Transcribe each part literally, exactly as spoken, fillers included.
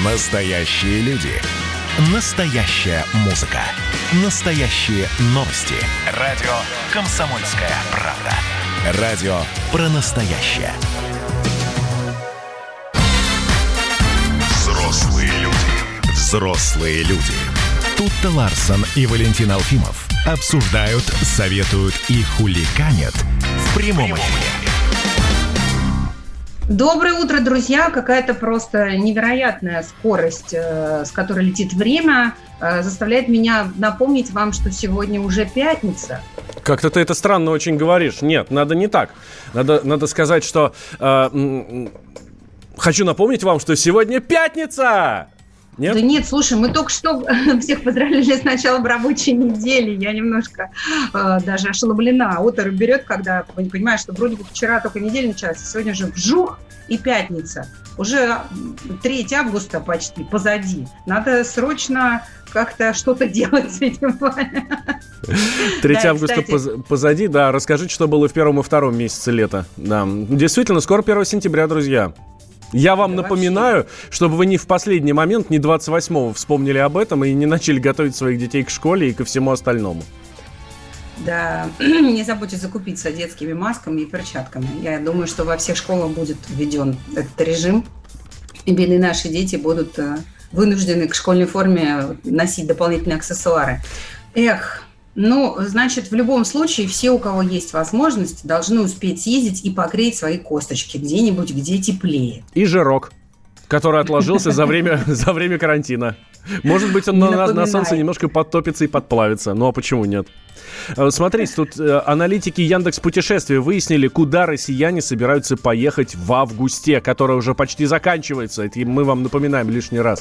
Настоящие люди. Настоящая музыка. Настоящие новости. Радио «Комсомольская правда». Радио про настоящее. Взрослые люди. Взрослые люди. Тутта Ларсон и Валентин Алфимов обсуждают, советуют и хулиганят в прямом эфире. Доброе утро, друзья! Какая-то просто невероятная скорость, с которой летит время, заставляет меня напомнить вам, что сегодня уже пятница. Как-то ты это странно очень говоришь. Нет, надо не так. Надо, надо сказать, что... Э, м- хочу напомнить вам, что сегодня пятница! Нет? Да нет, слушай, мы только что всех поздравили с началом рабочей недели. Я немножко э, даже ошеломлена. Утро берет, когда понимаешь, что вроде бы вчера только неделя началась, сегодня же вжух и пятница. Уже третьего августа почти позади. Надо срочно как-то что-то делать с этим. третьего августа поз- позади, да. Расскажите, что было в первом и втором месяце лета. Да. Действительно, скоро первого сентября, друзья. Я вам да напоминаю, вообще. Чтобы вы не в последний момент, не двадцать восьмого вспомнили об этом и не начали готовить своих детей к школе и ко всему остальному. Да, не забудьте закупиться детскими масками и перчатками. Я думаю, что во всех школах будет введен этот режим, и бедные наши дети будут вынуждены к школьной форме носить дополнительные аксессуары. Эх, ну, значит, в любом случае все, у кого есть возможность, должны успеть съездить и погреть свои косточки где-нибудь, где теплее. И жирок, который отложился за время, за время карантина. Может быть, он на, на солнце немножко подтопится и подплавится. Ну, а почему нет? Смотрите, тут аналитики Яндекс.Путешествия выяснили, куда россияне собираются поехать в августе, который уже почти заканчивается. Это мы вам напоминаем лишний раз.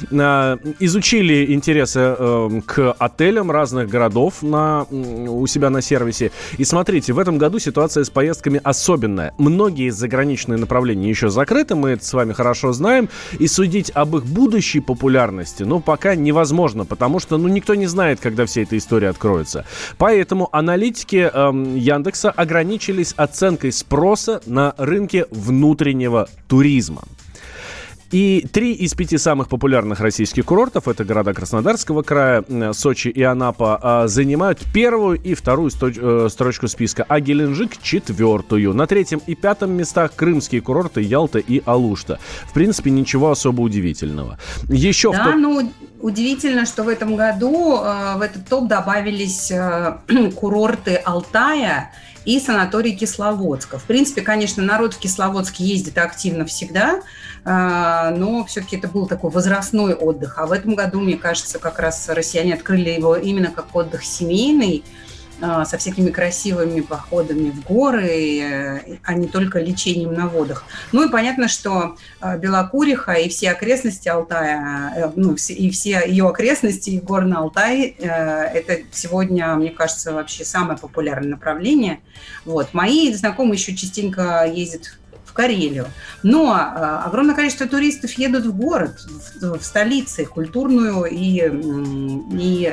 Изучили интересы к отелям разных городов на, у себя на сервисе. И смотрите, в этом году ситуация с поездками особенная. Многие заграничные направления еще закрыты, мы это с вами хорошо знаем. И судить об их будущей популярности, ну, пока невозможно, потому что, ну, никто не знает, когда вся эта история откроется. Поэтому аналитики эм, Яндекса ограничились оценкой спроса на рынке внутреннего туризма. И три из пяти самых популярных российских курортов, это города Краснодарского края, Сочи и Анапа, занимают первую и вторую строчку списка, а Геленджик четвертую. На третьем и пятом местах крымские курорты Ялта и Алушта. В принципе, ничего особо удивительного. Еще да, в топ... ну, удивительно, что в этом году э, в этот топ добавились э, курорты Алтая и санаторий Кисловодска. В принципе, конечно, народ в Кисловодск ездит активно всегда, но все-таки это был такой возрастной отдых. А в этом году, мне кажется, как раз россияне открыли его именно как отдых семейный, со всякими красивыми походами в горы, а не только лечением на водах. Ну и понятно, что Белокуриха и все окрестности Алтая, ну и все ее окрестности, и горный Алтай, это сегодня, мне кажется, вообще самое популярное направление. Вот. Мои знакомые еще частенько ездят в Карелию. Но огромное количество туристов едут в город, в, в столицы, культурную и... и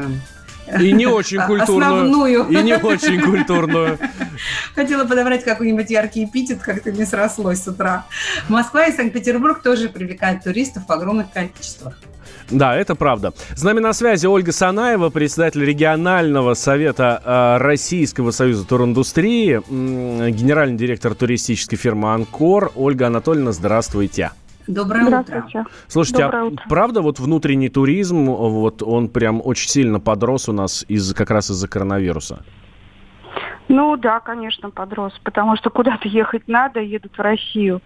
И не очень культурную. Основную. И не очень культурную. Хотела подобрать какой-нибудь яркий эпитет, как-то не срослось с утра. Москва и Санкт-Петербург тоже привлекают туристов в огромных количествах. Да, это правда. С нами на связи Ольга Санаева, председатель регионального совета э, Российского союза туриндустрии, э, генеральный директор туристической фирмы «Анкор». Ольга Анатольевна, здравствуйте. Доброе утро. Слушайте, Доброе а утро. правда вот внутренний туризм, вот он прям очень сильно подрос у нас из, как раз из-за коронавируса? Ну да, конечно, подрос, потому что куда-то ехать надо, едут в Россию.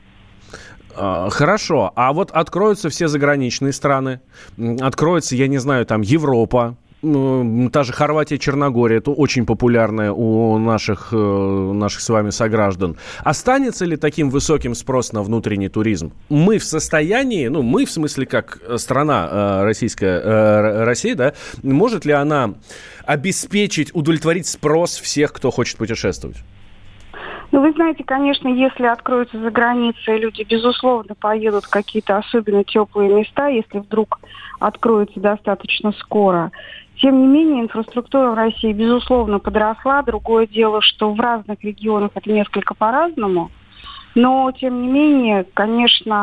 А, хорошо, а вот откроются все заграничные страны, откроется, я не знаю, там Европа, та же Хорватия, Черногория, это очень популярная у наших, наших с вами сограждан. Останется ли таким высоким спрос на внутренний туризм? Мы в состоянии, ну, мы в смысле как страна российская, Россия, да, может ли она обеспечить, удовлетворить спрос всех, кто хочет путешествовать? Ну, вы знаете, конечно, если откроются за границей, люди, безусловно, поедут в какие-то особенно теплые места, если вдруг откроются достаточно скоро. Тем не менее, инфраструктура в России, безусловно, подросла. Другое дело, что в разных регионах это несколько по-разному. Но, тем не менее, конечно,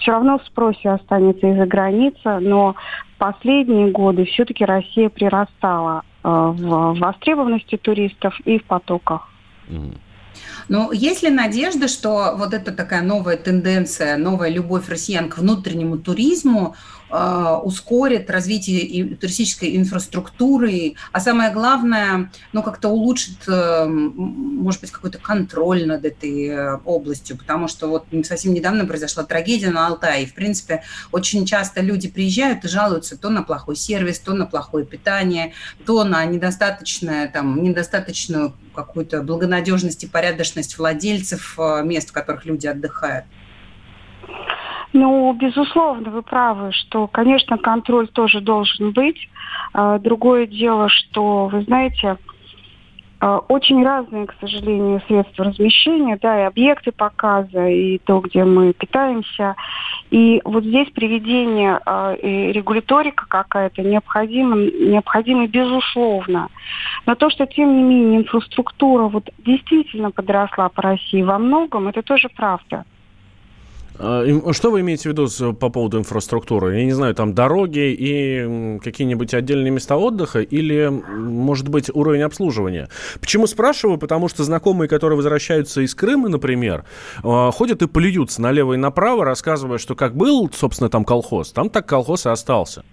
все равно в спросе останется из-за границы, но в последние годы все-таки Россия прирастала э, в востребованности туристов и в потоках. Mm. Но есть ли надежда, что вот эта такая новая тенденция, новая любовь россиян к внутреннему туризму э, ускорит развитие и туристической инфраструктуры, а самое главное, ну, как-то улучшит, э, может быть, какой-то контроль над этой э, областью, потому что вот совсем недавно произошла трагедия на Алтае, и, в принципе, очень часто люди приезжают и жалуются то на плохой сервис, то на плохое питание, то на недостаточное, там, недостаточную какую-то благонадежность и порядочность владельцев мест, в которых люди отдыхают? Ну, безусловно, вы правы, что, конечно, контроль тоже должен быть. Другое дело, что, вы знаете, очень разные, к сожалению, средства размещения, да, и объекты показа, и то, где мы питаемся. И вот здесь приведение и регуляторика какая-то необходима, необходима безусловно. Но то, что, тем не менее, инфраструктура вот действительно подросла по России во многом, это тоже правда. Что вы имеете в виду по поводу инфраструктуры? Я не знаю, там дороги и какие-нибудь отдельные места отдыха или, может быть, уровень обслуживания? Почему спрашиваю? Потому что знакомые, которые возвращаются из Крыма, например, ходят и плюются налево и направо, рассказывая, что как был, собственно, там колхоз, там так колхоз и остался.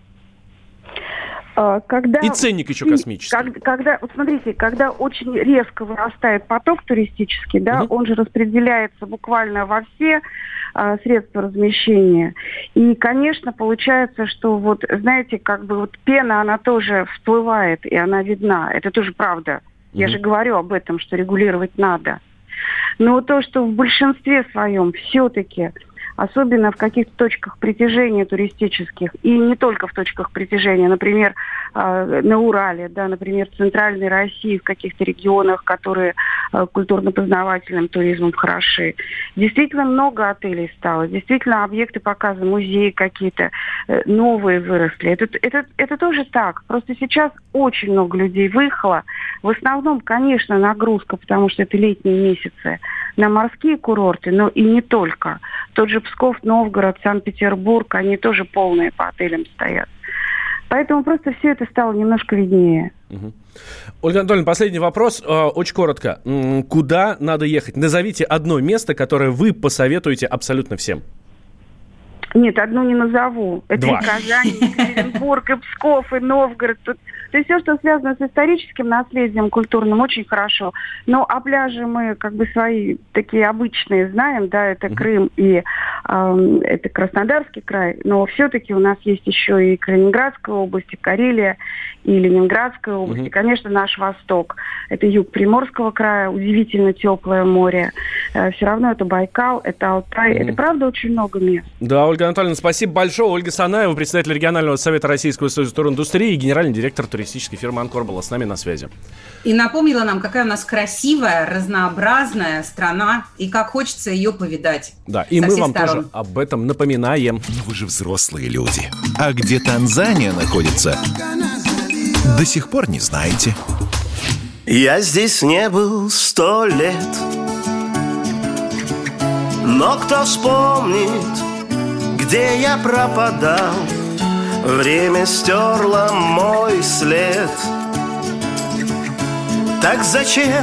Когда, и ценник еще космический. Когда, когда, вот смотрите, когда очень резко вырастает поток туристический, да, угу. он же распределяется буквально во все а, средства размещения. И, конечно, получается, что вот, знаете, как бы вот пена, она тоже всплывает, и она видна. Это тоже правда. Угу. Я же говорю об этом, что регулировать надо. Но то, что в большинстве своем все-таки... особенно в каких-то точках притяжения туристических, и не только в точках притяжения, например, на Урале, да, например, в Центральной России, в каких-то регионах, которые культурно-познавательным туризмом хороши. Действительно много отелей стало, действительно объекты показа, музеи какие-то новые выросли. Это, это, это тоже так. Просто сейчас очень много людей выехало. В основном, конечно, нагрузка, потому что это летние месяцы, на морские курорты, но и не только. Тот же Псков, Новгород, Санкт-Петербург, они тоже полные по отелям стоят. Поэтому просто все это стало немножко виднее. Угу. Ольга Анатольевна, последний вопрос, очень коротко. Куда надо ехать? Назовите одно место, которое вы посоветуете абсолютно всем. Нет, одну не назову. Это Два. и Казань, и Екатеринбург, и Псков, и Новгород. Тут... То есть все, что связано с историческим наследием культурным, очень хорошо. Но о пляже мы как бы свои такие обычные знаем, да, это uh-huh. Крым и э, это Краснодарский край. Но все-таки у нас есть еще и Калининградская область, и Карелия, и Ленинградская область, uh-huh. и, конечно, наш Восток. Это юг Приморского края, удивительно теплое море. Э, все равно это Байкал, это Алтай. Uh-huh. Это, правда, очень много мест. Да, Ольга Анатольевна, спасибо большое. Ольга Санаева, председатель регионального совета Российского союза туриндустрии и генеральный директор туристической фирмы «Анкор» была с нами на связи. И напомнила нам, какая у нас красивая, разнообразная страна, и как хочется ее повидать. Да, и мы вам сторон. тоже об этом напоминаем. Но вы же взрослые люди. А где Танзания находится, до сих пор не знаете. Я здесь не был сто лет, но кто вспомнит, где я пропадал? Время стерло мой след. Так зачем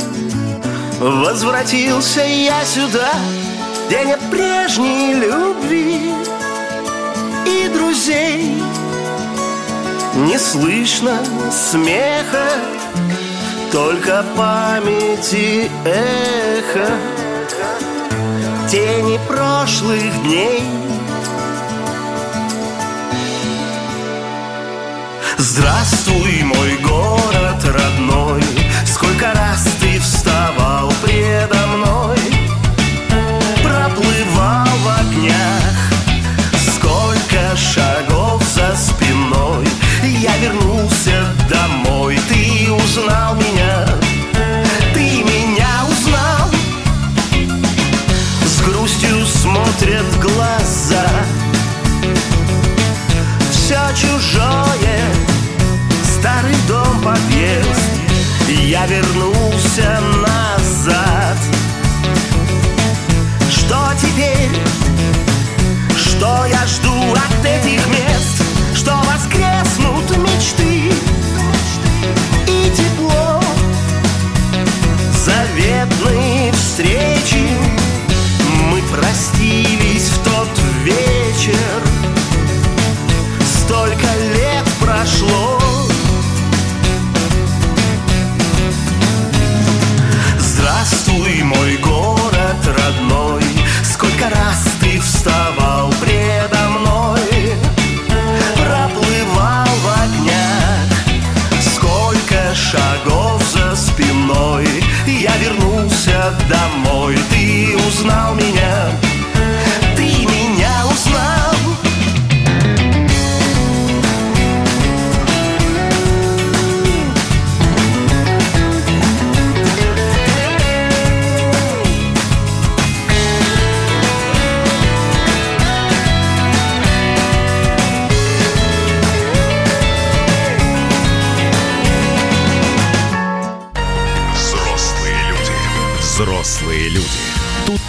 возвратился я сюда, где нет прежней любви и друзей? Не слышно смеха, только памяти эхо, тени прошлых дней. Здравствуй, мой город родной, сколько раз ты вставал предо мной, проплывал в огнях, сколько шагов за спиной. Я вернулся домой, ты узнал меня, ты меня узнал. С грустью смотрят глаза, все чужое, старый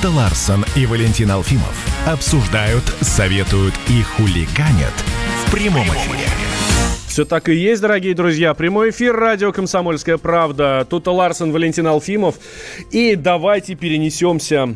Тутта Ларсон и Валентин Алфимов обсуждают, советуют и хулиганят в прямом эфире. Все так и есть, дорогие друзья. Прямой эфир, радио «Комсомольская правда». Тутта Ларсон, Валентин Алфимов. И давайте перенесемся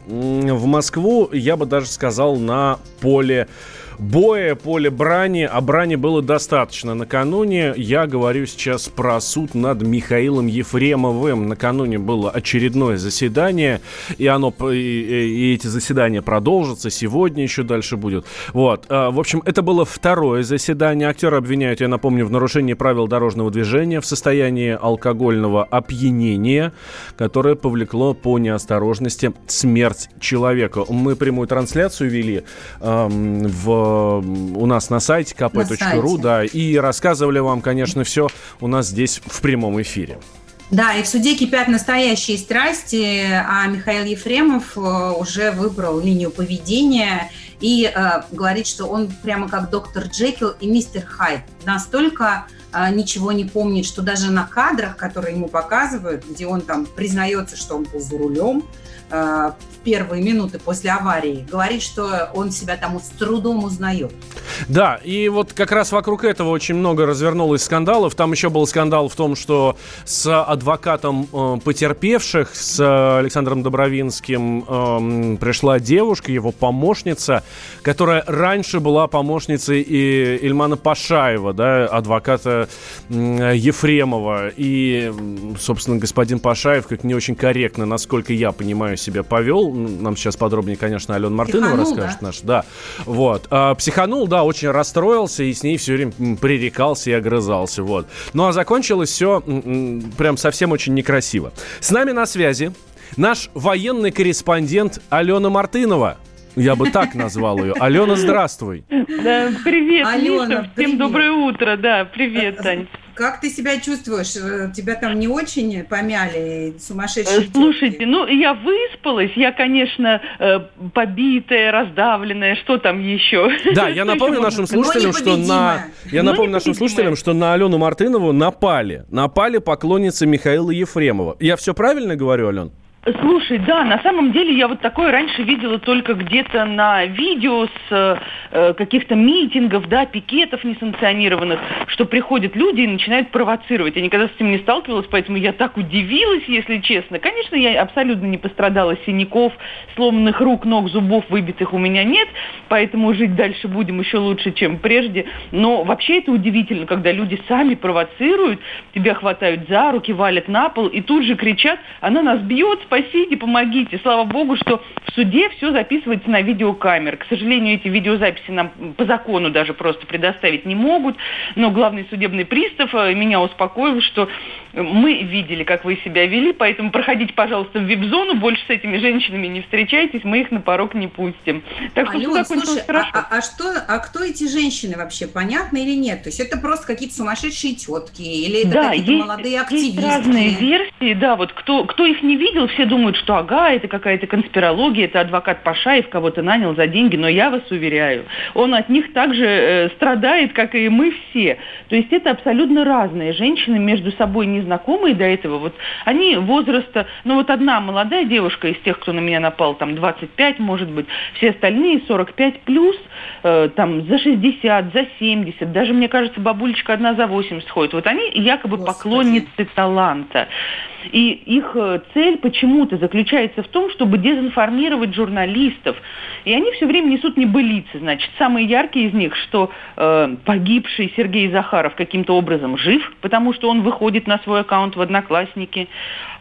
в Москву, я бы даже сказал, на поле боя, поле брани. А брани было достаточно накануне. Я говорю сейчас про суд над Михаилом Ефремовым. Накануне было очередное заседание, и оно и, и эти заседания продолжатся. Сегодня еще дальше будет. Вот. В общем, это было второе заседание. Актера обвиняют, я напомню, в нарушении правил дорожного движения в состоянии алкогольного опьянения, которое повлекло по неосторожности смерть человека. Мы прямую трансляцию вели эм, в у нас на сайте ка пэ точка ру, да, и рассказывали вам, конечно, все у нас здесь в прямом эфире. Да, и в суде кипят настоящие страсти, а Михаил Ефремов уже выбрал линию поведения и э, говорит, что он прямо как доктор Джекил и мистер Хайд. Настолько э, ничего не помнит, что даже на кадрах, которые ему показывают, где он там признается, что он был за рулем, э, в первые минуты после аварии, говорит, что он себя там с трудом узнает. Да, и вот как раз вокруг этого очень много развернулось скандалов. Там еще был скандал в том, что с адвокатом э, потерпевших, с э, Александром Добровинским, э, пришла девушка, его помощница, которая раньше была помощницей и Ильмана Пашаева, да, адвоката э, Ефремова. И, собственно, господин Пашаев, как не очень корректно, насколько я понимаю, себя повел. Нам сейчас подробнее, конечно, Алена Мартынова психанул, расскажет. Да? Наш, да. Вот. А, психанул, да, очень расстроился и с ней все время пререкался и огрызался. Вот. Ну, а закончилось все прям совсем очень некрасиво. С нами на связи наш военный корреспондент Алена Мартынова. Я бы так назвал ее. Алена, здравствуй. Да, привет, Алена, Миша. Всем привет. Доброе утро. Да, привет, Тань. Как ты себя чувствуешь? Тебя там не очень помяли сумасшедшие Слушайте, тетки? ну, я выспалась. Я, конечно, побитая, раздавленная. Что там еще? Да, я напомню нашим слушателям, что на... Я напомню нашим слушателям, что на Алену Мартынову напали. Напали поклонницы Михаила Ефремова. Я все правильно говорю, Ален? Слушай, да, на самом деле я вот такое раньше видела только где-то на видео с э, каких-то митингов, да, пикетов несанкционированных, что приходят люди и начинают провоцировать. Я никогда с этим не сталкивалась, поэтому я так удивилась, если честно. Конечно, я абсолютно не пострадала, синяков, сломанных рук, ног, зубов выбитых у меня нет, поэтому жить дальше будем еще лучше, чем прежде. Но вообще это удивительно, когда люди сами провоцируют, тебя хватают за руки, валят на пол и тут же кричат: она нас бьет, спасите, помогите. Слава богу, что в суде все записывается на видеокамеры. К сожалению, эти видеозаписи нам по закону даже просто предоставить не могут. Но главный судебный пристав меня успокоил, что мы видели, как вы себя вели, поэтому проходите, пожалуйста, в вип-зону, больше с этими женщинами не встречайтесь, мы их на порог не пустим. Так что Алена, все слушай, хорошо. А, а, что, а кто эти женщины вообще, понятно или нет? То есть это просто какие-то сумасшедшие тетки или это да, какие-то есть, молодые активистки? Есть разные версии, да, вот кто, кто их не видел, все думают, что ага, это какая-то конспирология, это адвокат Пашаев кого-то нанял за деньги, но я вас уверяю, он от них также э, страдает, как и мы все. То есть это абсолютно разные женщины, между собой незнакомые до этого. Вот они возраста, ну вот одна молодая девушка из тех, кто на меня напал, там двадцать пять, может быть, все остальные сорок пять плюс, э, там за шестьдесят, за семьдесят, даже, мне кажется, бабулечка одна за восемьдесят ходит. Вот они якобы Господи. Поклонницы таланта. И их цель почему-то заключается в том, чтобы дезинформировать журналистов. И они все время несут небылицы. Значит, самые яркие из них, что э, погибший Сергей Захаров каким-то образом жив, потому что он выходит на свой аккаунт в Одноклассники, э,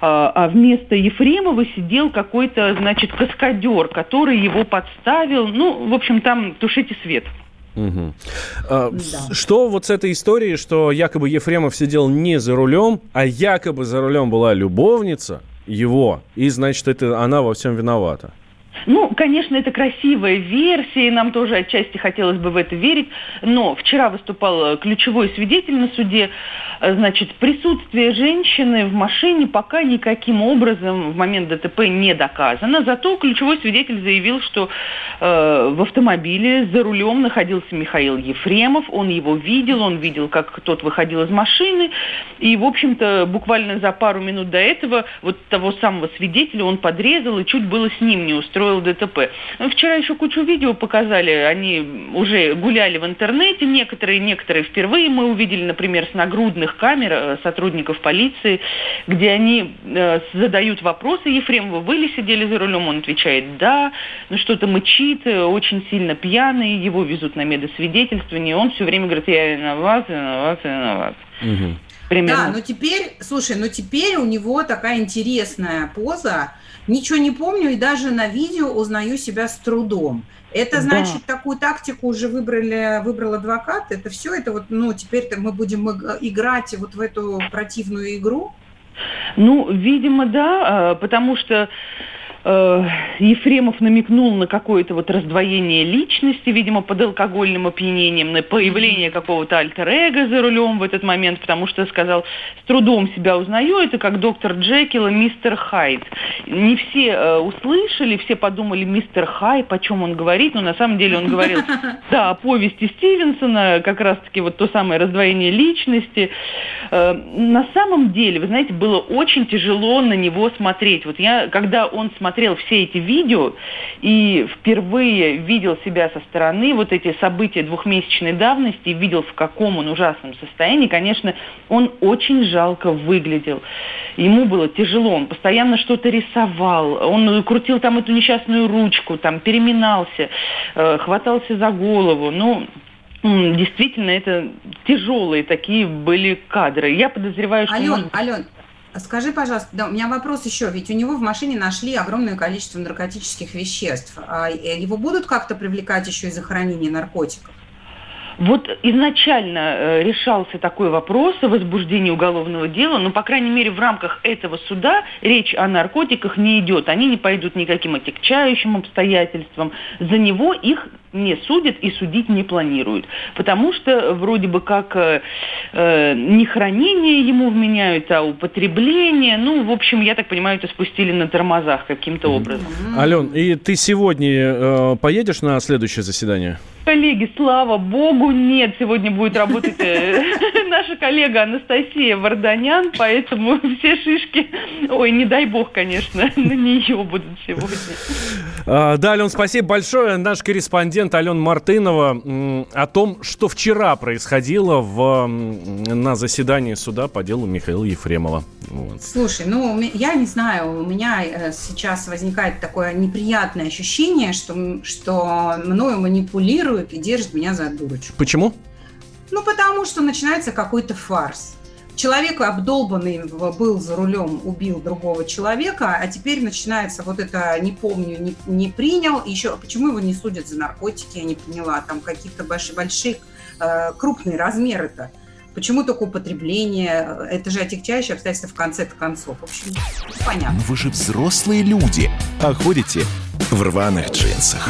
а вместо Ефремова сидел какой-то, значит, каскадер, который его подставил. Ну, в общем, там тушите свет. Угу. А, да. Что вот с этой историей, что якобы Ефремов сидел не за рулем, а якобы за рулем была любовница его, и, значит, это она во всем виновата? Ну, конечно, это красивая версия, и нам тоже отчасти хотелось бы в это верить, но вчера выступал ключевой свидетель на суде. Значит, присутствие женщины в машине пока никаким образом в момент ДТП не доказано, зато ключевой свидетель заявил, что э, в автомобиле за рулем находился Михаил Ефремов, он его видел, он видел, как тот выходил из машины, и, в общем-то, буквально за пару минут до этого вот того самого свидетеля он подрезал и чуть было с ним не устроил ДТП. Вчера еще кучу видео показали, они уже гуляли в интернете, некоторые, некоторые впервые мы увидели, например, с нагрудных камер сотрудников полиции, где они э, задают вопросы Ефремову: вы ли сидели за рулем? Он отвечает: да, ну что-то мычит, очень сильно пьяный, его везут на медосвидетельствование, он все время говорит: я виноват, виноват, виноват. Угу. Примерно. Да, но теперь, слушай, но теперь у него такая интересная поза. Ничего не помню и даже на видео узнаю себя с трудом. Это значит, да. Такую тактику уже выбрали, выбрал адвокат? Это все, это вот, ну, теперь мы будем играть вот в эту противную игру? Ну, видимо, да, потому что Ефремов намекнул на какое-то вот раздвоение личности, видимо, под алкогольным опьянением, на появление какого-то альтер-эго за рулем в этот момент, потому что сказал: с трудом себя узнаю, это как доктор Джекил и мистер Хайд. Не все э, услышали, все подумали: мистер Хайд, о чем он говорит, но на самом деле он говорил, да, о повести Стивенсона, как раз-таки вот то самое раздвоение личности. Э, на самом деле, вы знаете, было очень тяжело на него смотреть. Вот я, когда он смотрел смотрел все эти видео и впервые видел себя со стороны, вот эти события двухмесячной давности, видел, в каком он ужасном состоянии, конечно, он очень жалко выглядел. Ему было тяжело, он постоянно что-то рисовал, он крутил там эту несчастную ручку, там переминался, э, хватался за голову, ну... Действительно, это тяжелые такие были кадры. Я подозреваю, что... Ален, может... Ален, скажи, пожалуйста, да, у меня вопрос еще. Ведь у него в машине нашли огромное количество наркотических веществ. А его будут как-то привлекать еще из-за хранения наркотиков? Вот изначально э, решался такой вопрос о возбуждении уголовного дела, но, по крайней мере, в рамках этого суда речь о наркотиках не идет. Они не пойдут никаким отягчающим обстоятельствам. За него их не судят и судить не планируют. Потому что вроде бы как э, э, не хранение ему вменяют, а употребление. Ну, в общем, я так понимаю, это спустили на тормозах каким-то образом. Ален, и ты сегодня э, поедешь на следующее заседание? Коллеги, слава богу, нет. Сегодня будет работать э, наша коллега Анастасия Варданян, поэтому все шишки, ой, не дай бог, конечно, на нее будут сегодня. А, да, Ален, спасибо большое. Наш корреспондент Алена Мартынова м, о том, что вчера происходило в, на заседании суда по делу Михаила Ефремова. Вот. Слушай, ну, я не знаю, у меня сейчас возникает такое неприятное ощущение, что, что мною манипулируют и держит меня за дурочку. Почему? Ну, потому что начинается какой-то фарс. Человек обдолбанный был за рулем, убил другого человека, а теперь начинается вот это «не помню, не, не принял». Еще почему его не судят за наркотики, я не поняла. Там какие-то большие, большие э, крупные размеры-то. Почему только употребление? Это же отягчающее обстоятельство в конце-то концов. В общем, понятно. Вы же взрослые люди, а ходите в рваных джинсах.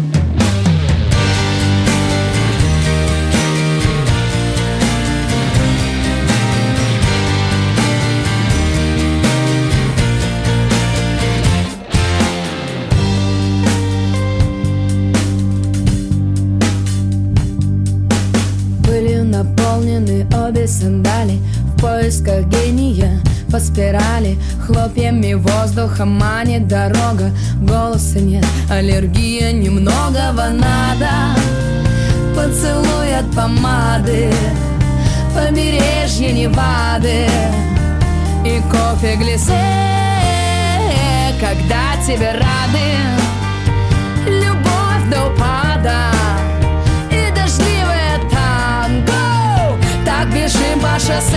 Сандали в поисках гения по спирали, хлопьями воздуха манит дорога. Голоса нет, аллергия, немногого надо. Поцелуй от помады, побережье Невады и кофе глиссе, когда тебе рады. Любовь до упада и дождливое танго. Так бежим по шоссе.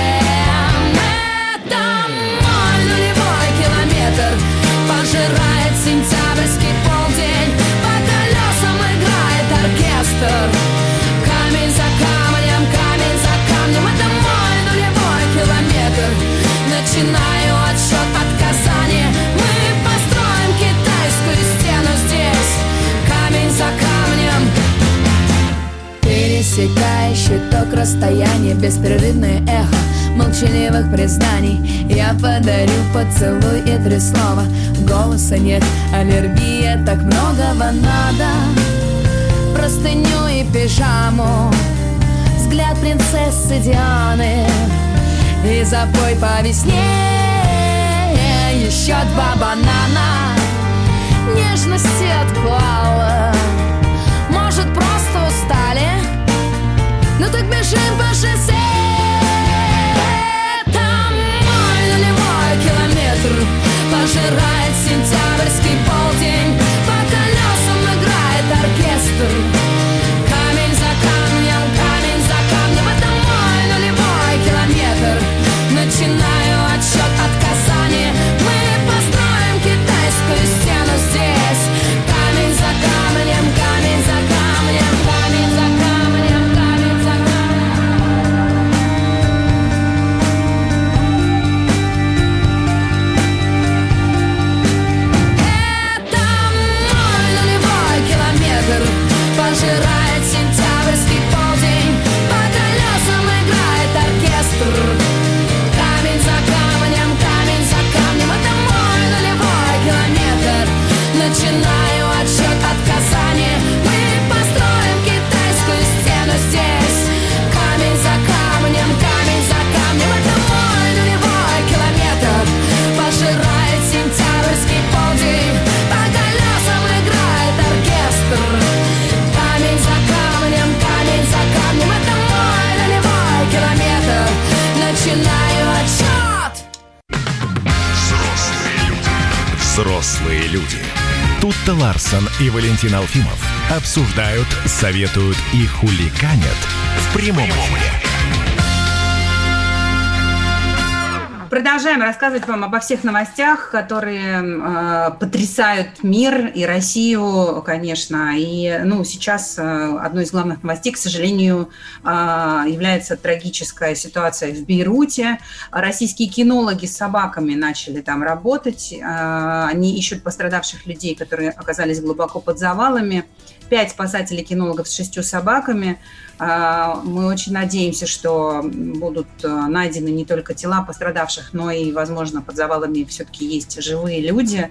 Это мой нулевой километр. Пожирает сентябрьский полдень. По колесам играет оркестр. Камень за камнем, камень за камнем. Это мой нулевой километр. Начинаю отсчет от Казани. Мы построим китайскую Рассекающий ток расстояния, беспрерывное эхо молчаливых признаний. Я подарю поцелуй и три слова. Голоса нет, аллергия, так многого надо. Простыню и пижаму, взгляд принцессы Дианы. И запой по весне еще два банана. Нежности отклала, может, просто устали. Ну так бежим по шоссе. Там мой нулевой километр пожирает сентябрьский полдень. По колесам играет оркестр. Камень за камнем, камень за камнем. Это мой нулевой километр. Начинаю отсчет от Казани. Мы построим китайскую стену здесь. Камень за камнем, камень за камнем, камень за камнем, камень за камнем. Это мой нулевой километр пожирает сентябрьский полдень. По колесам играет оркестр. Камень за камнем, камень за камнем. Это мой нулевой километр. Начинаю отсчет от Казани. Мы построим китайскую стену здесь. Камень за камнем, камень за камнем. Это мой нулевой километр пожирает сентябрьский полдень. По колесам играет оркестр. Камень за камнем, камень за камнем. Это мой нулевой километр. Начинаю отсчет. Взрослые люди. Взрослые люди. Тут-то Ларсон и Валентин Алфимов обсуждают, советуют и хуликанят в прямом эфире. Продолжаем рассказывать вам обо всех новостях, которые э, потрясают мир и Россию, конечно. И ну, сейчас э, одной из главных новостей, к сожалению, э, является трагическая ситуация в Бейруте. Российские кинологи с собаками начали там работать. Э, они ищут пострадавших людей, которые оказались глубоко под завалами. Пять спасателей-кинологов с шестью собаками. Мы очень надеемся, что будут найдены не только тела пострадавших, но и, возможно, под завалами все-таки есть живые люди.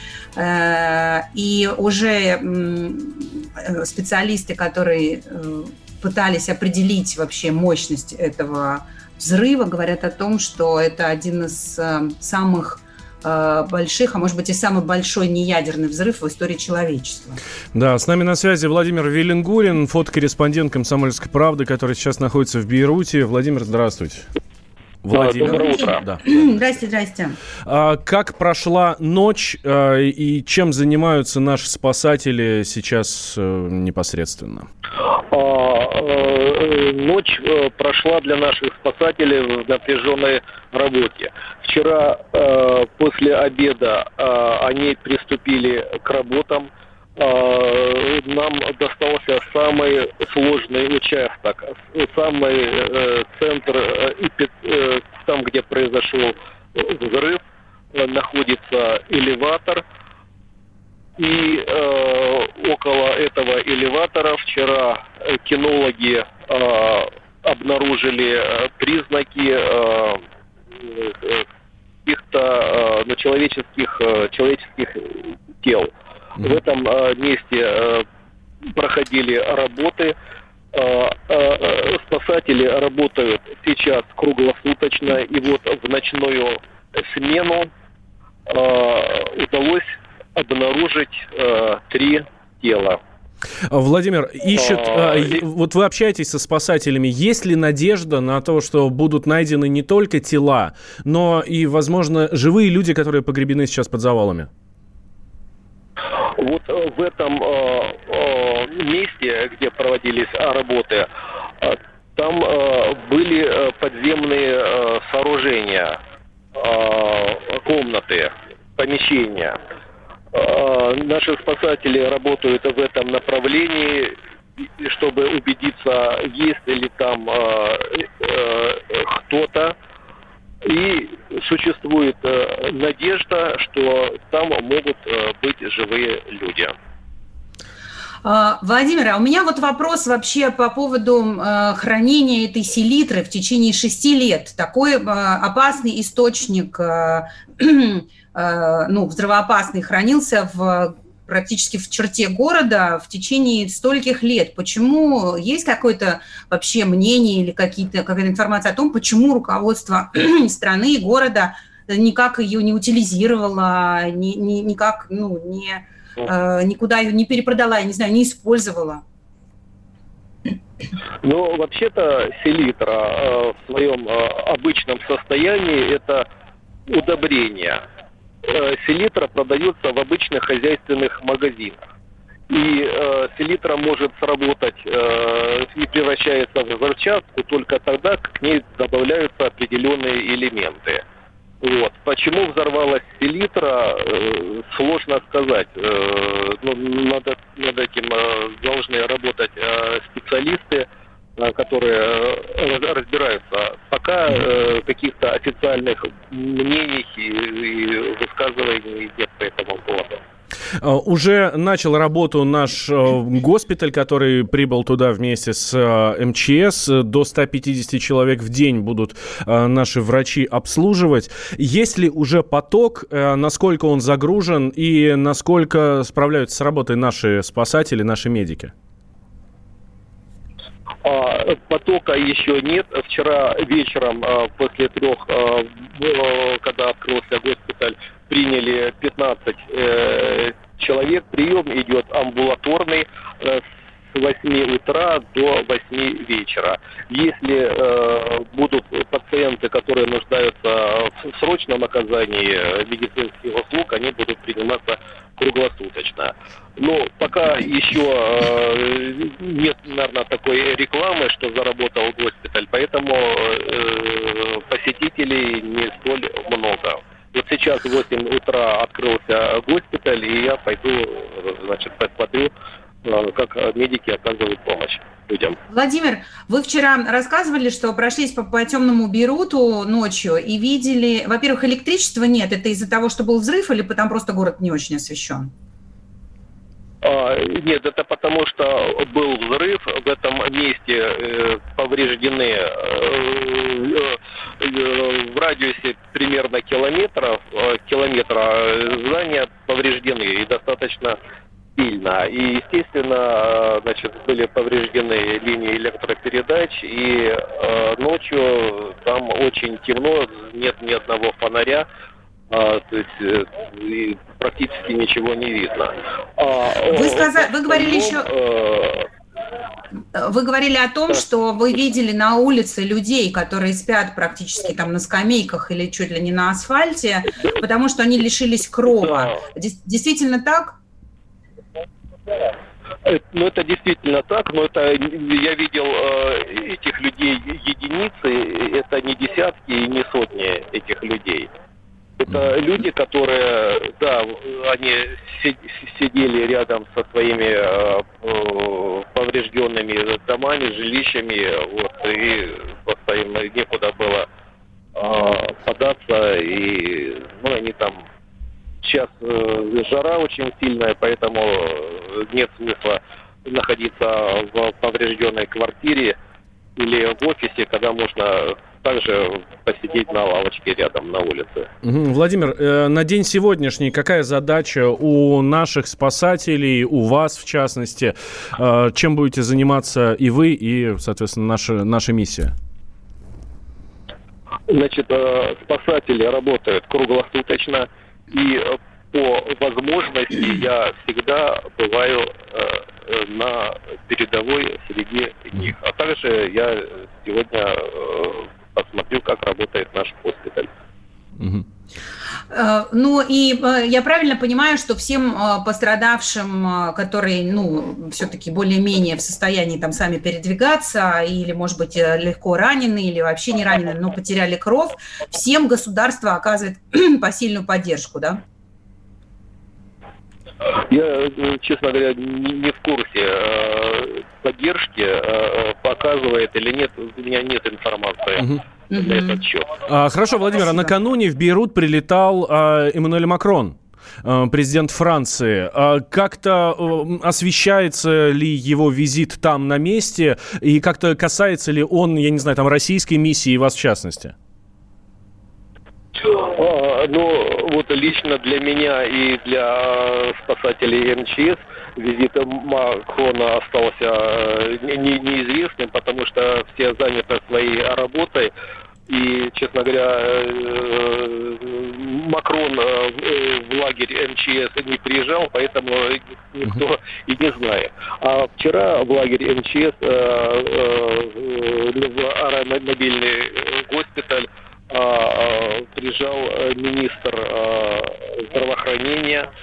И уже специалисты, которые пытались определить вообще мощность этого взрыва, говорят о том, что это один из самых больших, а может быть и самый большой неядерный взрыв в истории человечества. Да, с нами на связи Владимир Велингурин, фотокорреспондент «Комсомольской правды», который сейчас находится в Бейруте. Владимир, здравствуйте. Владимир. Доброе утро. Да. Здрасте, здрасте. А, как прошла ночь а, и чем занимаются наши спасатели сейчас а, непосредственно? Ночь прошла для наших спасателей в напряженной работе. Вчера э, после обеда э, они приступили к работам. Э, нам достался самый сложный участок, самый э, центр, э, э, там, где произошел взрыв, э, находится элеватор. И э, около этого элеватора вчера кинологи э, обнаружили признаки э, каких-то э, ну, человеческих, э, человеческих тел. Mm-hmm. В этом э, месте э, проходили работы. Э, э, спасатели работают сейчас круглосуточно. И вот в ночную смену э, удалось обнаружить э, три тела. Владимир, ищет, а, и... вот вы общаетесь со спасателями, есть ли надежда на то, что будут найдены не только тела, но и, возможно, живые люди, которые погребены сейчас под завалами? Вот в этом э, э, месте, где проводились работы, э, там э, были подземные э, сооружения, э, комнаты, помещения. Наши спасатели работают в этом направлении, чтобы убедиться, есть ли там э, э, кто-то. И существует э, надежда, что там могут э, быть живые люди. Владимир, а у меня вот вопрос вообще по поводу э, хранения этой селитры в течение шести лет. Такой э, опасный источник, э, э, ну, взрывоопасный, хранился в, практически в черте города в течение стольких лет. Почему? Есть какое-то вообще мнение или какие-то, какая-то информация о том, почему руководство страны и города никак ее не утилизировало, ни, ни, никак, ну, не... никуда ее не перепродала, я не знаю, не использовала? Ну, вообще-то селитра э, в своем э, обычном состоянии – это удобрение. Э, селитра продается в обычных хозяйственных магазинах. И э, селитра может сработать э, и превращается в взрывчатку только тогда, как к ней добавляются определенные элементы. Вот. Почему взорвалась селитра, э, сложно сказать. Э, ну, надо, над этим э, должны работать э, специалисты, э, которые э, разбираются. Пока э, каких-то официальных мнений и, и высказываний нет по этому поводу. Уже начал работу наш госпиталь, который прибыл туда вместе с эм че эс. До ста пятидесяти человек в день будут наши врачи обслуживать. Есть ли уже поток, насколько он загружен и насколько справляются с работой наши спасатели, наши медики? Потока еще нет. Вчера вечером после трех, когда открылся госпиталь, приняли пятнадцать человек. Прием идет амбулаторный с восьми утра до восьми вечера. Если э, будут пациенты, которые нуждаются в срочном оказании медицинских услуг, они будут приниматься круглосуточно. Но пока еще э, нет, наверное, такой рекламы, что заработал госпиталь, поэтому э, посетителей не столь много. Вот сейчас в восемь утра открылся госпиталь, и я пойду, значит, посмотрю, как медики оказывают помощь людям. Владимир, вы вчера рассказывали, что прошлись по, по темному Бейруту ночью и видели, во-первых, электричества нет, это из-за того, что был взрыв, или там просто город не очень освещен? А, нет, это потому, что был взрыв, в этом месте э, повреждены э, э, в радиусе примерно километра, э, километра здания повреждены и достаточно сильно. И, естественно, значит, были повреждены линии электропередач, и э, ночью там очень темно, нет ни одного фонаря. А, то есть э, практически ничего не видно. А, вы, сказали, вы говорили еще... Э, вы говорили о том, да. что вы видели на улице людей, которые спят практически там на скамейках или чуть ли не на асфальте, потому что они лишились крова. Да. Действительно так? Ну, это действительно так, но это я видел э, этих людей единицы, это не десятки и не сотни этих людей. Это люди, которые, да, они сидели рядом со своими э, поврежденными домами, жилищами, вот, и просто им некуда было э, податься, и, ну, они там, сейчас э, жара очень сильная, поэтому нет смысла находиться в поврежденной квартире или в офисе, когда можно также посидеть на лавочке рядом на улице. Владимир, э, на день сегодняшний какая задача у наших спасателей, у вас в частности? Э, чем будете заниматься и вы, и, соответственно, наша, наша миссия? Значит, э, спасатели работают круглосуточно, и э, по возможности я всегда бываю э, на передовой среди них. А также я сегодня э, посмотрю, как работает наш госпиталь. Угу. Ну и я правильно понимаю, что всем пострадавшим, которые, ну, все-таки более-менее в состоянии там сами передвигаться, или, может быть, легко ранены, или вообще не ранены, но потеряли кровь, всем государство оказывает посильную поддержку, да? Я, честно говоря, не в курсе поддержки, показывает или нет, у меня нет информации. Угу. На этот счет. А, хорошо, Владимир, а накануне в Бейрут прилетал а, Эммануэль Макрон. президент Франции. Как-то освещается ли его визит там на месте, и как-то касается ли он, я не знаю, там российской миссии и вас в частности? А, ну, вот лично для меня и для спасателей эм че эс визит Макрона остался не, неизвестным, потому что все заняты своей работой. И, честно говоря, Макрон в лагерь эм че эс не приезжал, поэтому никто и не знает. А вчера в лагерь эм че эс, в аэромобильный госпиталь, приезжал министр здравоохранения,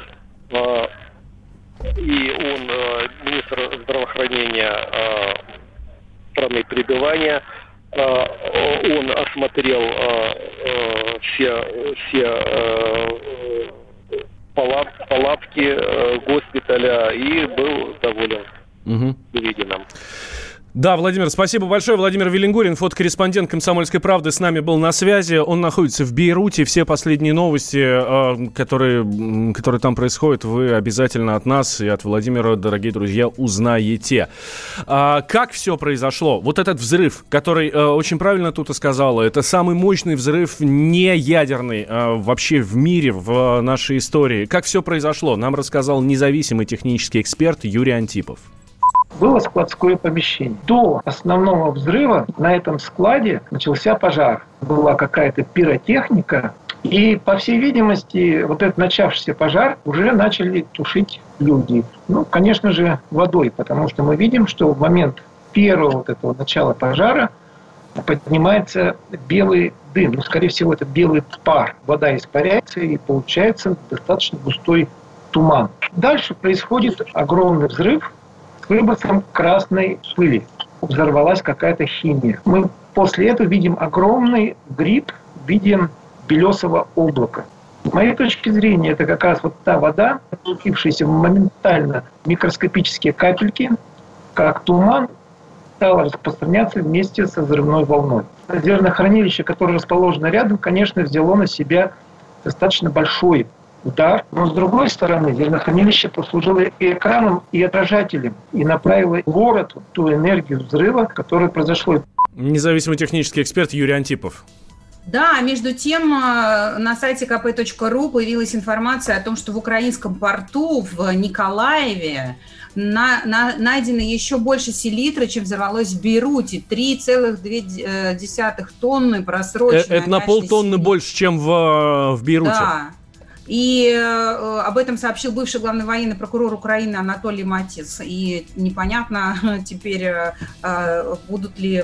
и он, министр здравоохранения страны пребывания, он осмотрел все, все палатки госпиталя и был доволен угу. увиденным. Да, Владимир, спасибо большое. Владимир Веллингурин, фотокорреспондент «Комсомольской правды», с нами был на связи. Он находится в Бейруте. Все последние новости, которые, которые там происходят, вы обязательно от нас и от Владимира, дорогие друзья, узнаете. Как все произошло? Вот этот взрыв, который очень правильно тут и сказала, это самый мощный взрыв не ядерный вообще в мире, в нашей истории. Как все произошло, нам рассказал независимый технический эксперт Юрий Антипов. Было складское помещение. До основного взрыва на этом складе начался пожар. Была какая-то пиротехника. И, по всей видимости, вот этот начавшийся пожар уже начали тушить люди. Ну, конечно же, водой. Потому что мы видим, что в момент первого вот этого начала пожара поднимается белый дым. Ну, скорее всего, это белый пар. Вода испаряется и получается достаточно густой туман. Дальше происходит огромный взрыв с выбросом красной пыли. Взорвалась какая-то химия. Мы после этого видим огромный гриб в виде белесого облака. С моей точки зрения, это как раз вот та вода, опустившаяся моментально в микроскопические капельки, как туман, стала распространяться вместе со взрывной волной. Зернохранилище, которое расположено рядом, конечно, взяло на себя достаточно большой удар, но с другой стороны зернохранилище послужило и экраном, и отражателем, и направило в город ту энергию взрыва, которая произошла. Независимый технический эксперт Юрий Антипов. Да, между тем на сайте ка пэ точка ру появилась информация о том, что в украинском порту в Николаеве на, на, найдено еще больше селитры, чем взорвалось в Бейруте. три целых две десятых тонны просроченной. Это на полтонны селитры. Больше, чем в, в Бейруте. Да. И э, об этом сообщил бывший главный военный прокурор Украины Анатолий Матис. И непонятно теперь, э, будут ли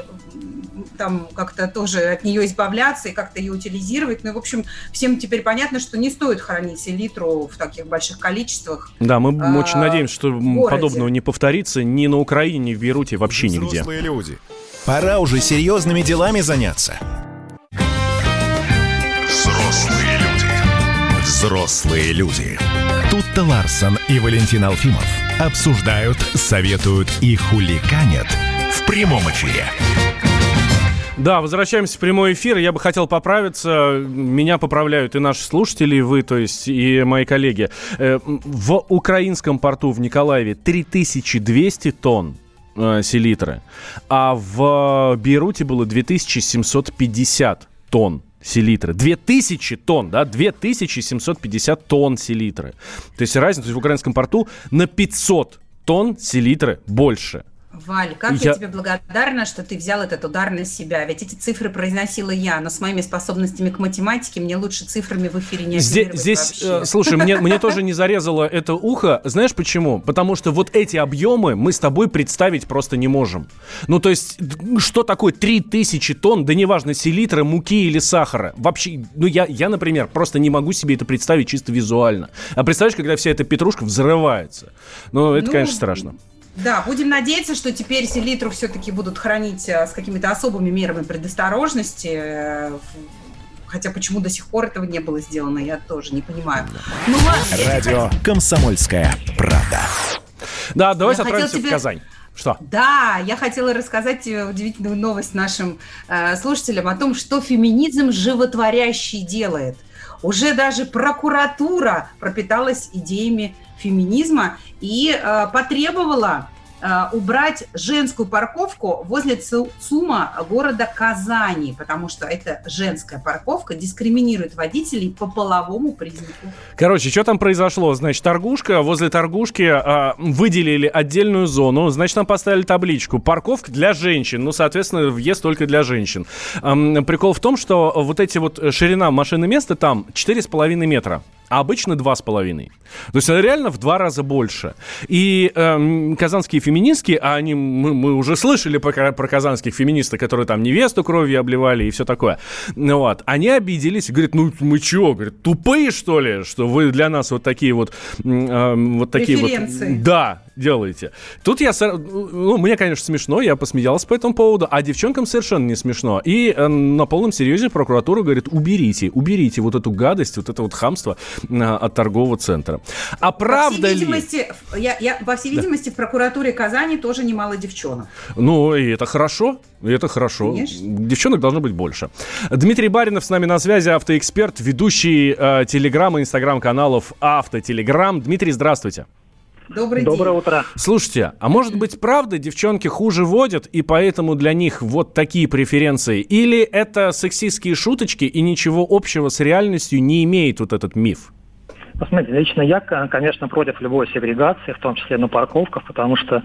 там как-то тоже от нее избавляться и как-то ее утилизировать. Ну, в общем, всем теперь понятно, что не стоит хранить селитру в таких больших количествах. Да, мы э, очень надеемся, что подобного не повторится ни на Украине, ни в Бейруте, вообще нигде. Взрослые люди. Пора уже серьезными делами заняться. Взрослые люди. Взрослые люди. Тут-то Ларсон и Валентин Алфимов обсуждают, советуют и хуликанят в прямом эфире. Да, возвращаемся в прямой эфир. Я бы хотел поправиться. Меня поправляют и наши слушатели, и вы, то есть, и мои коллеги. В украинском порту в Николаеве три тысячи двести тонн селитры, а в Бейруте было две тысячи семьсот пятьдесят тонн селитры. две тысячи тонн, да, две тысячи семьсот пятьдесят тонн селитры. То есть разница в украинском порту на пятьсот тонн селитры больше. Валь, как я... я тебе благодарна, что ты взял этот удар на себя. Ведь эти цифры произносила я, но с моими способностями к математике мне лучше цифрами в эфире не оперировать Здесь, вообще. Слушай, мне, мне тоже не зарезало это ухо. Знаешь почему? Потому что вот эти объемы мы с тобой представить просто не можем. Ну, то есть, что такое три тысячи тонн, да неважно, селитры, муки или сахара. Вообще, ну, я, я, например, просто не могу себе это представить чисто визуально. А представляешь, когда вся эта петрушка взрывается? Ну, это, ну... конечно, страшно. Да, будем надеяться, что теперь селитру все-таки будут хранить с какими-то особыми мерами предосторожности. Хотя почему до сих пор этого не было сделано, я тоже не понимаю. Ну ладно. Радио «Комсомольская правда». Да, давайте отправимся тебе... в Казань. Что? Да, я хотела рассказать удивительную новость нашим э, слушателям о том, что феминизм животворящий делает. уже даже прокуратура пропиталась идеями феминизма и э, потребовала убрать женскую парковку возле ЦУМа города Казани, потому что эта женская парковка дискриминирует водителей по половому признаку. Короче, что там произошло? Значит, торгушка, возле торгушки э, выделили отдельную зону, значит, там поставили табличку «Парковка для женщин», ну, соответственно, въезд только для женщин. Эм, прикол в том, что вот эти вот ширина машины места там четыре с половиной метра. А обычно два с половиной. То есть реально в два раза больше. И э, казанские феминистки, а они, мы, мы уже слышали про, про казанских феминисток, которые там невесту кровью обливали и все такое. Вот. Они обиделись, говорят, ну мы чего, говорят, тупые что ли, что вы для нас вот такие вот, э, вот такие вот, да, делаете. Тут я, ну, мне, конечно, смешно, я посмеялся по этому поводу, а девчонкам совершенно не смешно. И э, на полном серьезе прокуратура говорит, уберите, уберите вот эту гадость, вот это вот хамство от торгового центра. А правда ли... Я, я, по всей видимости, да. В прокуратуре Казани тоже немало девчонок. Ну, и это хорошо. И это хорошо. Конечно. Девчонок должно быть больше. Дмитрий Баринов с нами на связи, автоэксперт, ведущий э, телеграм и инстаграм-каналов «Автотелеграм». Дмитрий, здравствуйте. Добрый Доброе день. утро. Слушайте, а может быть, правда, девчонки хуже водят, и поэтому для них вот такие преференции? Или это сексистские шуточки, и ничего общего с реальностью не имеет вот этот миф? Посмотрите, лично я, конечно, против любой сегрегации, в том числе на парковках, потому что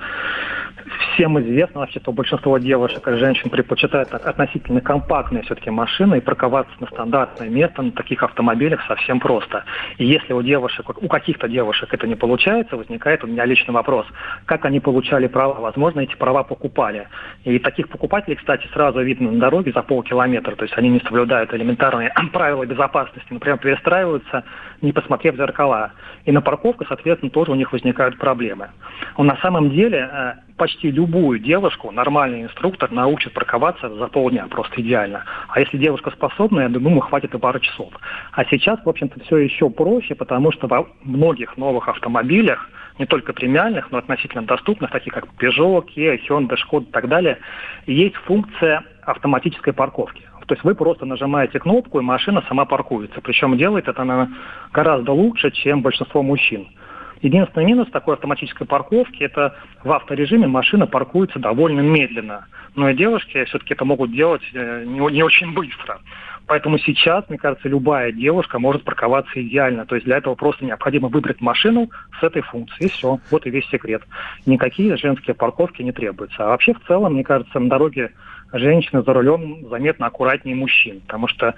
всем известно вообще, что большинство девушек и женщин предпочитают относительно компактные все-таки машины, и парковаться на стандартное место на таких автомобилях совсем просто. И если у девушек, у каких-то девушек это не получается, возникает у меня личный вопрос, как они получали права? Возможно, эти права покупали. И таких покупателей, кстати, сразу видно на дороге за полкилометра, то есть они не соблюдают элементарные правила безопасности, например, перестраиваются, не посмотрев в зеркала. И на парковках, соответственно, тоже у них возникают проблемы. Но на самом деле почти любую девушку нормальный инструктор научит парковаться за полдня, просто идеально. А если девушка способна, я думаю, хватит и пару часов. А сейчас, в общем-то, все еще проще, потому что во многих новых автомобилях, не только премиальных, но относительно доступных, таких как Peugeot, Kia, Hyundai, Skoda и так далее, есть функция автоматической парковки. То есть вы просто нажимаете кнопку, и машина сама паркуется. Причем делает это она гораздо лучше, чем большинство мужчин. Единственный минус такой автоматической парковки – это в авторежиме машина паркуется довольно медленно. Но и девушки все-таки это могут делать не, не очень быстро. Поэтому сейчас, мне кажется, любая девушка может парковаться идеально. То есть для этого просто необходимо выбрать машину с этой функцией. И все. Вот и весь секрет. Никакие женские парковки не требуются. А вообще, в целом, мне кажется, на дороге женщины за рулем заметно аккуратнее мужчин. Потому что,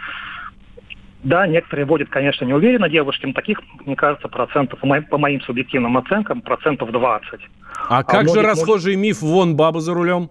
да, некоторые водят, конечно, неуверенно девушки, но таких, мне кажется, процентов, по моим, по моим субъективным оценкам, процентов двадцать. А, а как же расхожий миф «вон баба за рулем»?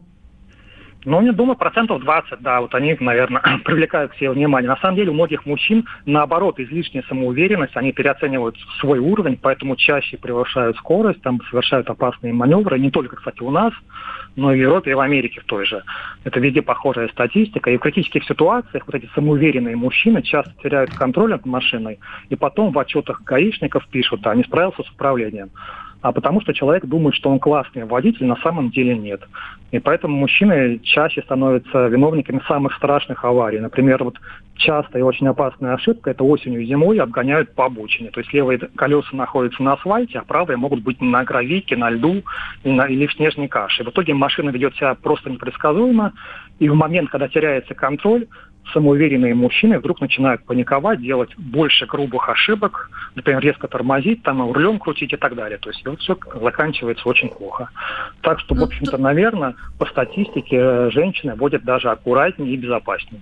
Ну, не думаю, процентов двадцать, да, вот они, наверное, привлекают к себе внимание. На самом деле у многих мужчин, наоборот, излишняя самоуверенность, они переоценивают свой уровень, поэтому чаще превышают скорость, там совершают опасные маневры, не только, кстати, у нас, но и в Европе, и в Америке в той же. Это везде похожая статистика, и в критических ситуациях вот эти самоуверенные мужчины часто теряют контроль над машиной, и потом в отчетах гаишников пишут, а не справился с управлением. А потому что человек думает, что он классный водитель, на самом деле нет. И поэтому мужчины чаще становятся виновниками самых страшных аварий. Например, вот частая и очень опасная ошибка – это осенью и зимой обгоняют по обочине. То есть левые колеса находятся на асфальте, а правые могут быть на гравийке, на льду или в снежной каше. В итоге машина ведет себя просто непредсказуемо, и в момент, когда теряется контроль, самоуверенные мужчины вдруг начинают паниковать, делать больше грубых ошибок, например, резко тормозить, там, рулем крутить и так далее. То есть вот все заканчивается очень плохо. Так что, в общем-то, наверное, по статистике женщины водят даже аккуратнее и безопаснее.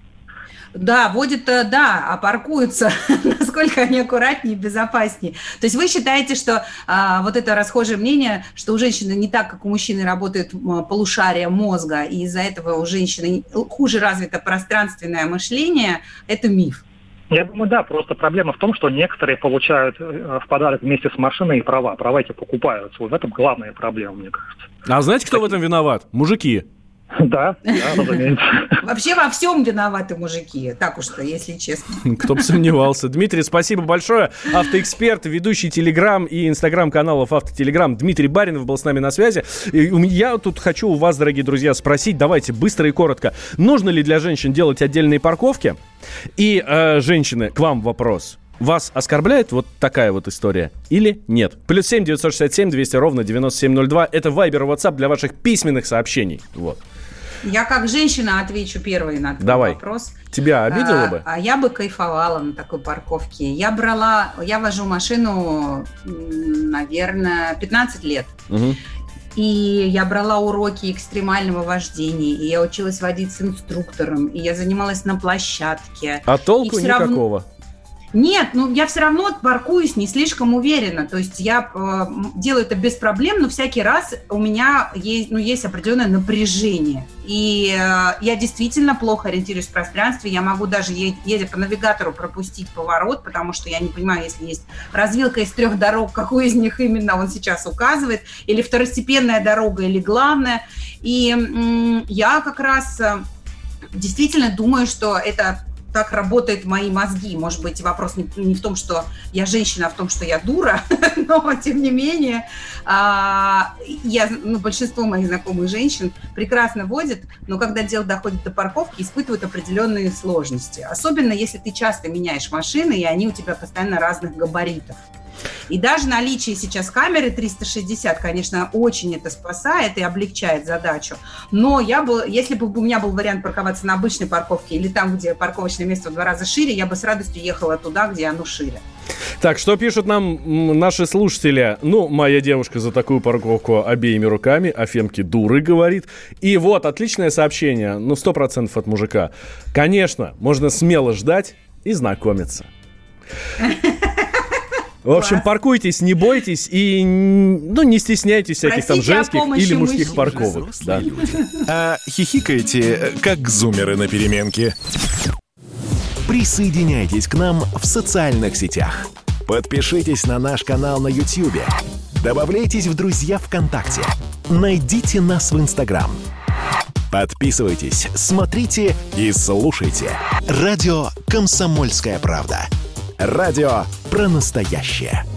Да, водят, да, а паркуются, насколько они аккуратнее и безопаснее. То есть вы считаете, что а, вот это расхожее мнение, что у женщины не так, как у мужчины, работает полушарие мозга, и из-за этого у женщины хуже развито пространственное мышление, это миф? Я думаю, да, просто проблема в том, что некоторые получают в подарок вместе с машиной и права. Права эти покупаются. Вот в этом главная проблема, мне кажется. А знаете, кто в этом виноват? Мужики. Да, да, разумеется. Вообще во всем виноваты мужики, так уж-то, если честно. Кто бы сомневался. Дмитрий, спасибо большое. Автоэксперт, ведущий телеграм и инстаграм-каналов Автотелеграм Дмитрий Баринов был с нами на связи. И я тут хочу у вас, дорогие друзья, спросить, давайте быстро и коротко. Нужно ли для женщин делать отдельные парковки? И, э, женщины, к вам вопрос. Вас оскорбляет вот такая вот история или нет? Плюс семь девятьсот шестьдесят семь двести ровно девяносто семь ноль два. Это Viber и WhatsApp для ваших письменных сообщений. Вот. Я как женщина отвечу первой на этот Давай. вопрос. Тебя обидела а, бы? А я бы кайфовала на такой парковке. Я брала, я вожу машину, наверное, пятнадцать лет. Угу. И я брала уроки экстремального вождения, и я училась водить с инструктором, и я занималась на площадке. А толку никакого? Равно... Нет, ну я все равно паркуюсь не слишком уверенно. То есть я э, делаю это без проблем, но всякий раз у меня есть, ну, есть определенное напряжение. И э, я действительно плохо ориентируюсь в пространстве. Я могу даже, едя по навигатору, пропустить поворот, потому что я не понимаю, если есть развилка из трех дорог, какую из них именно он сейчас указывает, или второстепенная дорога, или главная. И э, я как раз э, действительно думаю, что это... так работают мои мозги. Может быть, вопрос не, не в том, что я женщина, а в том, что я дура, но, тем не менее, а, я, ну, большинство моих знакомых женщин прекрасно водят, но когда дело доходит до парковки, испытывают определенные сложности. Особенно, если ты часто меняешь машины, и они у тебя постоянно разных габаритов. И даже наличие сейчас камеры триста шестьдесят, конечно, очень это спасает и облегчает задачу. Но я бы, если бы у меня был вариант парковаться на обычной парковке или там, где парковочное место в два раза шире, я бы с радостью ехала туда, где оно шире. Так, что пишут нам наши слушатели? Ну, моя девушка за такую парковку обеими руками, а Фемки дуры, говорит. И вот, отличное сообщение, ну, сто процентов от мужика. Конечно, можно смело ждать и знакомиться. В общем, класс. Паркуйтесь, не бойтесь и, ну, не стесняйтесь всяких там женских или мужских мужчин. Парковок. Да. А хихикаете, как зумеры на переменке. Присоединяйтесь к нам в социальных сетях. Подпишитесь на наш канал на YouTube. Добавляйтесь в друзья ВКонтакте. Найдите нас в Инстаграм. Подписывайтесь, смотрите и слушайте. Радио «Комсомольская правда». Радио про настоящее.